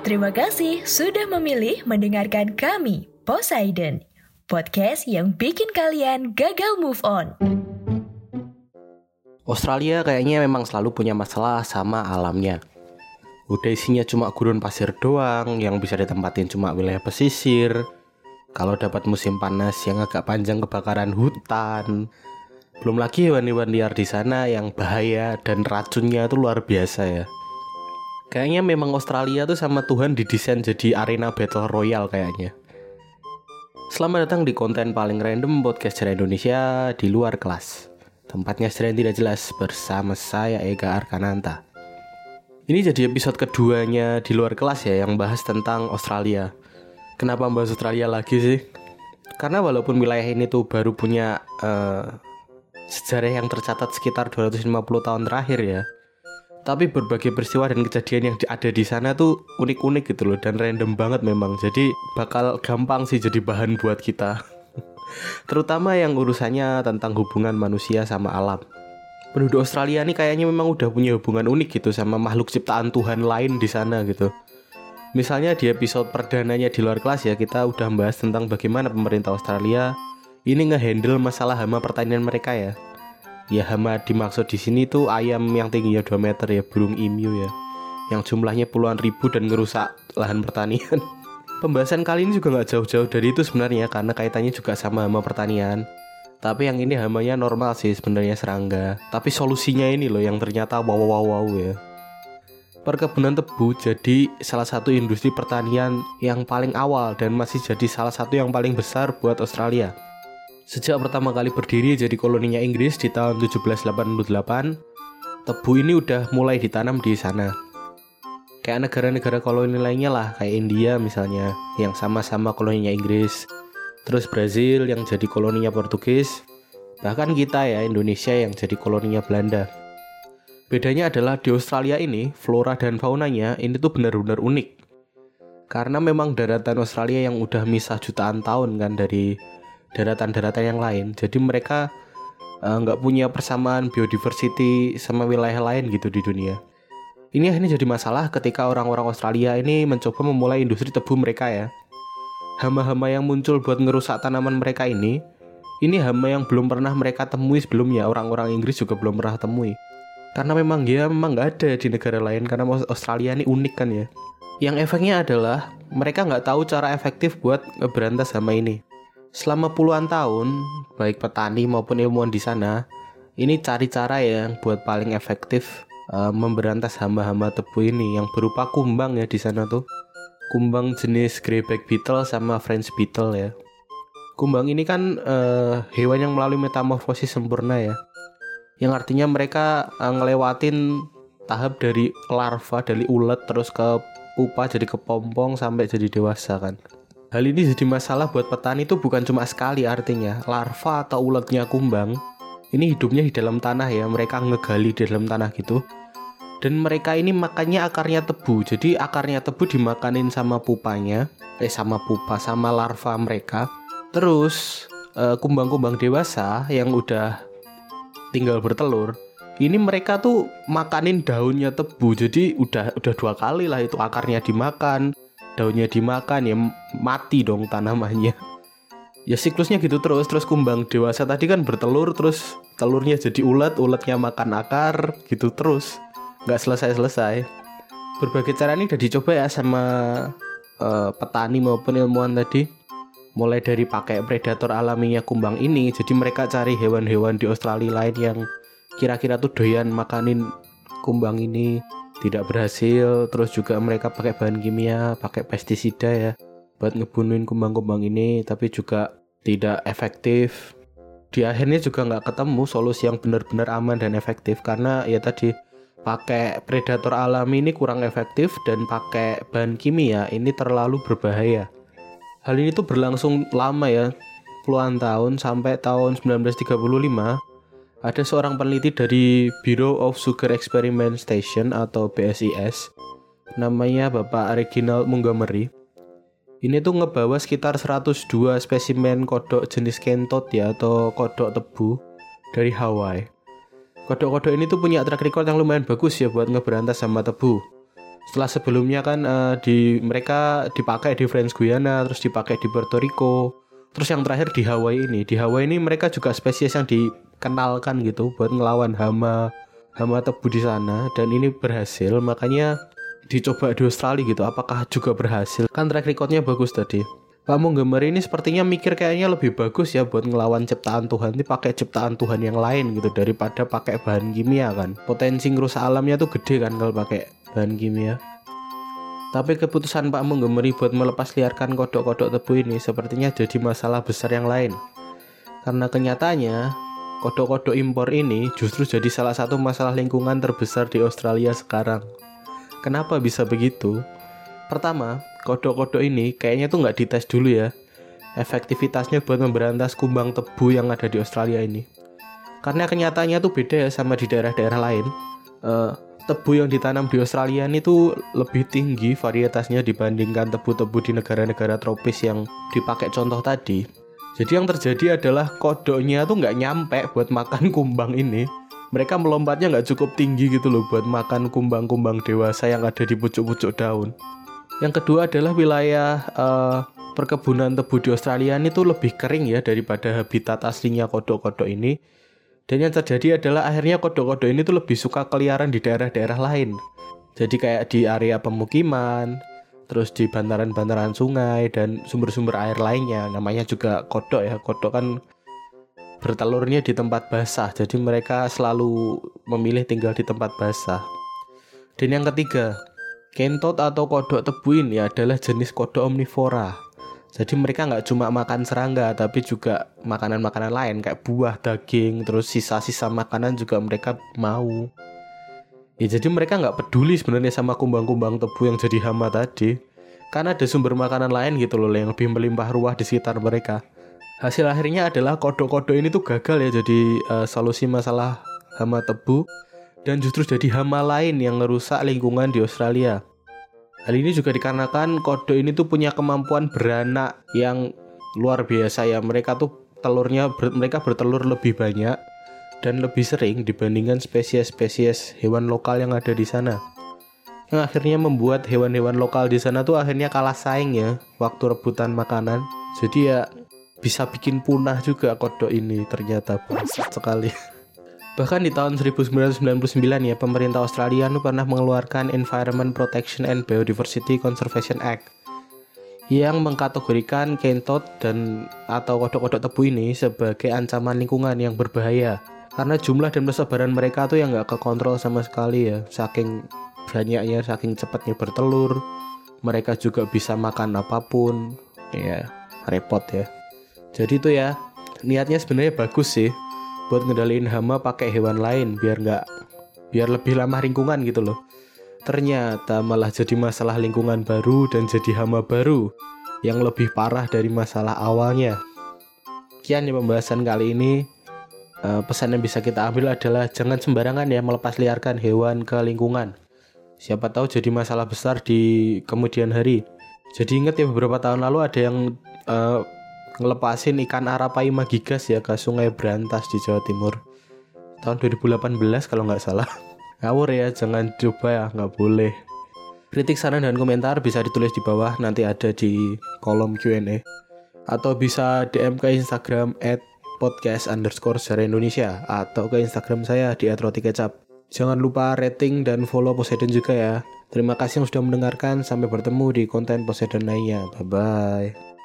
Terima kasih sudah memilih mendengarkan kami, Poseidon, podcast yang bikin kalian gagal move on. Australia kayaknya memang selalu punya masalah sama alamnya. Udah isinya cuma gurun pasir doang, yang bisa ditempatin cuma wilayah pesisir. Kalau dapat musim panas yang agak panjang, kebakaran hutan. Belum lagi hewan-hewan liar di sana yang bahaya dan racunnya itu luar biasa ya. Kayaknya memang Australia tuh sama Tuhan didesain jadi arena battle royale kayaknya. Selamat datang di konten paling random podcast dari Indonesia di luar kelas. Tempatnya sering tidak jelas bersama saya Ega Arkananta. Ini jadi episode keduanya di luar kelas ya, yang bahas tentang Australia. Kenapa bahas Australia lagi sih? Karena walaupun wilayah ini tuh baru punya sejarah yang tercatat sekitar 250 tahun terakhir ya, tapi berbagai peristiwa dan kejadian yang ada di sana tuh unik-unik gitu loh, dan random banget memang. Jadi bakal gampang sih jadi bahan buat kita. Terutama yang urusannya tentang hubungan manusia sama alam. Penduduk Australia nih kayaknya memang udah punya hubungan unik gitu sama makhluk ciptaan Tuhan lain di sana gitu. Misalnya di episode perdananya di luar kelas ya, kita udah membahas tentang bagaimana pemerintah Australia ini ngehandle masalah hama pertanian mereka ya. Ya, hama dimaksud di sini tuh ayam yang tingginya 2 meter ya, burung emu ya, yang jumlahnya puluhan ribu dan ngerusak lahan pertanian. Pembahasan kali ini juga gak jauh-jauh dari itu sebenarnya, karena kaitannya juga sama hama pertanian. Tapi yang ini hamanya normal sih sebenarnya, serangga. Tapi solusinya ini loh yang ternyata wow ya. Perkebunan tebu jadi salah satu industri pertanian yang paling awal dan masih jadi salah satu yang paling besar buat Australia. Sejak pertama kali berdiri jadi koloninya Inggris di tahun 1788, tebu ini udah mulai ditanam di sana. Kayak negara-negara koloni lainnya lah, kayak India misalnya, yang sama-sama koloninya Inggris. Terus Brazil yang jadi koloninya Portugis. Bahkan kita ya, Indonesia yang jadi koloninya Belanda. Bedanya adalah di Australia ini, flora dan faunanya ini tuh benar-benar unik. Karena memang daratan Australia yang udah misah jutaan tahun kan dari daratan-daratan yang lain. Jadi mereka nggak punya persamaan biodiversity sama wilayah lain gitu di dunia. Ini akhirnya jadi masalah ketika orang-orang Australia ini mencoba memulai industri tebu mereka ya. Hama-hama yang muncul buat ngerusak tanaman mereka ini hama yang belum pernah mereka temui sebelumnya. Orang-orang Inggris juga belum pernah temui. Karena memang nggak ada di negara lain, karena Australia ini unik kan ya. Yang efeknya adalah mereka nggak tahu cara efektif buat ngeberantas hama ini. Selama puluhan tahun, baik petani maupun ilmuwan di sana ini cari cara yang buat paling efektif memberantas hama-hama tebu ini, yang berupa kumbang ya di sana tuh. Kumbang jenis greyback beetle sama French beetle ya. Kumbang ini kan hewan yang melalui metamorfosis sempurna ya, yang artinya mereka ngelewatin tahap dari larva, dari ulet, terus ke pupa, jadi kepompong, sampai jadi dewasa kan. Hal ini jadi masalah buat petani tuh bukan cuma sekali, artinya larva atau uletnya kumbang ini hidupnya di dalam tanah ya, mereka ngegali di dalam tanah gitu. Dan mereka ini makannya akarnya tebu. Jadi akarnya tebu dimakanin sama pupanya, sama larva mereka. Terus kumbang-kumbang dewasa yang udah tinggal bertelur, ini mereka tuh makanin daunnya tebu. Jadi udah 2 kali lah itu, akarnya dimakan, daunnya dimakan, ya mati dong tanamannya. Ya siklusnya gitu terus kumbang dewasa tadi kan bertelur, terus telurnya jadi uletnya makan akar, gitu terus. Nggak selesai-selesai. Berbagai cara ini udah dicoba ya sama petani maupun ilmuwan tadi. Mulai dari pakai predator alaminya kumbang ini, jadi mereka cari hewan-hewan di Australia lain yang kira-kira tuh doyan makanin kumbang ini, tidak berhasil. Terus juga mereka pakai bahan kimia, pakai pestisida ya, buat ngebunuhin kumbang-kumbang ini, tapi juga tidak efektif. Di akhirnya juga nggak ketemu solusi yang benar-benar aman dan efektif, karena ya tadi pakai predator alami ini kurang efektif, dan pakai bahan kimia ini terlalu berbahaya. Hal ini tuh berlangsung lama ya, puluhan tahun, sampai tahun 1935 ada seorang peneliti dari Bureau of Sugar Experimentation atau BSIS, namanya Bapak Reginald Montgomery. Ini tuh ngebawa sekitar 102 spesimen kodok jenis kentot ya, atau kodok tebu dari Hawaii. Kodok-kodok ini tuh punya track record yang lumayan bagus ya buat ngeberantas hama tebu. Setelah sebelumnya kan mereka dipakai di French Guiana, terus dipakai di Puerto Rico, terus yang terakhir di Hawaii ini. Di Hawaii ini mereka juga spesies yang dikenalkan gitu buat ngelawan hama tebu di sana, dan ini berhasil. Makanya dicoba di Australia gitu, apakah juga berhasil? Kan track recordnya bagus tadi. Pak Montgomery ini sepertinya mikir kayaknya lebih bagus ya buat ngelawan ciptaan Tuhan ini pakai ciptaan Tuhan yang lain gitu daripada pakai bahan kimia kan. Potensi ngerusak alamnya tuh gede kan kalau pakai bahan kimia. Tapi keputusan Pak Montgomery buat melepas liarkan kodok-kodok tebu ini sepertinya jadi masalah besar yang lain. Karena kenyataannya kodok-kodok impor ini justru jadi salah satu masalah lingkungan terbesar di Australia sekarang. Kenapa bisa begitu? Pertama, kodok-kodok ini kayaknya tuh nggak dites dulu ya efektivitasnya buat memberantas kumbang tebu yang ada di Australia ini. Karena kenyataannya tuh beda ya sama di daerah-daerah lain. Tebu yang ditanam di Australia ini tuh lebih tinggi varietasnya dibandingkan tebu-tebu di negara-negara tropis yang dipakai contoh tadi. Jadi yang terjadi adalah kodoknya tuh nggak nyampe buat makan kumbang ini. Mereka melompatnya nggak cukup tinggi gitu loh buat makan kumbang-kumbang dewasa yang ada di pucuk-pucuk daun. Yang kedua adalah wilayah perkebunan tebu di Australia ini tuh lebih kering ya daripada habitat aslinya kodok-kodok ini. Dan yang terjadi adalah akhirnya kodok-kodok ini tuh lebih suka keliaran di daerah-daerah lain. Jadi kayak di area pemukiman, terus di bantaran-bantaran sungai dan sumber-sumber air lainnya. Namanya juga kodok ya. Kodok kan bertelurnya di tempat basah. Jadi mereka selalu memilih tinggal di tempat basah. Dan yang ketiga, kentot atau kodok tebu ini adalah jenis kodok omnivora. Jadi mereka nggak cuma makan serangga, tapi juga makanan-makanan lain kayak buah, daging, terus sisa-sisa makanan juga mereka mau. Ya jadi mereka nggak peduli sebenarnya sama kumbang-kumbang tebu yang jadi hama tadi, karena ada sumber makanan lain gitu loh yang lebih melimpah ruah di sekitar mereka. Hasil akhirnya adalah kodok-kodok ini tuh gagal ya jadi solusi masalah hama tebu, dan justru jadi hama lain yang merusak lingkungan di Australia. Hal ini juga dikarenakan kodok ini tuh punya kemampuan beranak yang luar biasa ya. Mereka bertelur lebih banyak dan lebih sering dibandingkan spesies-spesies hewan lokal yang ada di sana. Yang akhirnya membuat hewan-hewan lokal di sana tuh akhirnya kalah saing ya waktu rebutan makanan. Jadi ya bisa bikin punah juga kodok ini ternyata, bangsat sekali. Bahkan di tahun 1999 ya, pemerintah Australia pernah mengeluarkan Environment Protection and Biodiversity Conservation Act yang mengkategorikan kentot dan atau kodok-kodok tebu ini sebagai ancaman lingkungan yang berbahaya karena jumlah dan persebaran mereka tuh yang nggak kekontrol sama sekali ya. Saking banyaknya, saking cepatnya bertelur, mereka juga bisa makan apapun, ya repot ya. Jadi tuh ya niatnya sebenarnya bagus sih buat ngendaliin hama pakai hewan lain biar lebih ramah lingkungan gitu loh. Ternyata malah jadi masalah lingkungan baru dan jadi hama baru yang lebih parah dari masalah awalnya. Sekian ya pembahasan kali ini. Pesan yang bisa kita ambil adalah jangan sembarangan ya melepas liarkan hewan ke lingkungan. Siapa tahu jadi masalah besar di kemudian hari. Jadi ingat ya beberapa tahun lalu ada yang ngelepasin ikan Arapaima gigas ya ke Sungai Brantas di Jawa Timur tahun 2018 kalau nggak salah. Ngawur ya, jangan coba ya, nggak boleh. Kritik, saran, dan komentar bisa ditulis di bawah, nanti ada di kolom Q&A. Atau bisa DM ke Instagram @podcast_sejarah-Indonesia atau ke Instagram saya di @rotikecap. Jangan lupa rating dan follow Poseidon juga ya. Terima kasih yang sudah mendengarkan, sampai bertemu di konten Poseidon lainnya. Bye-bye.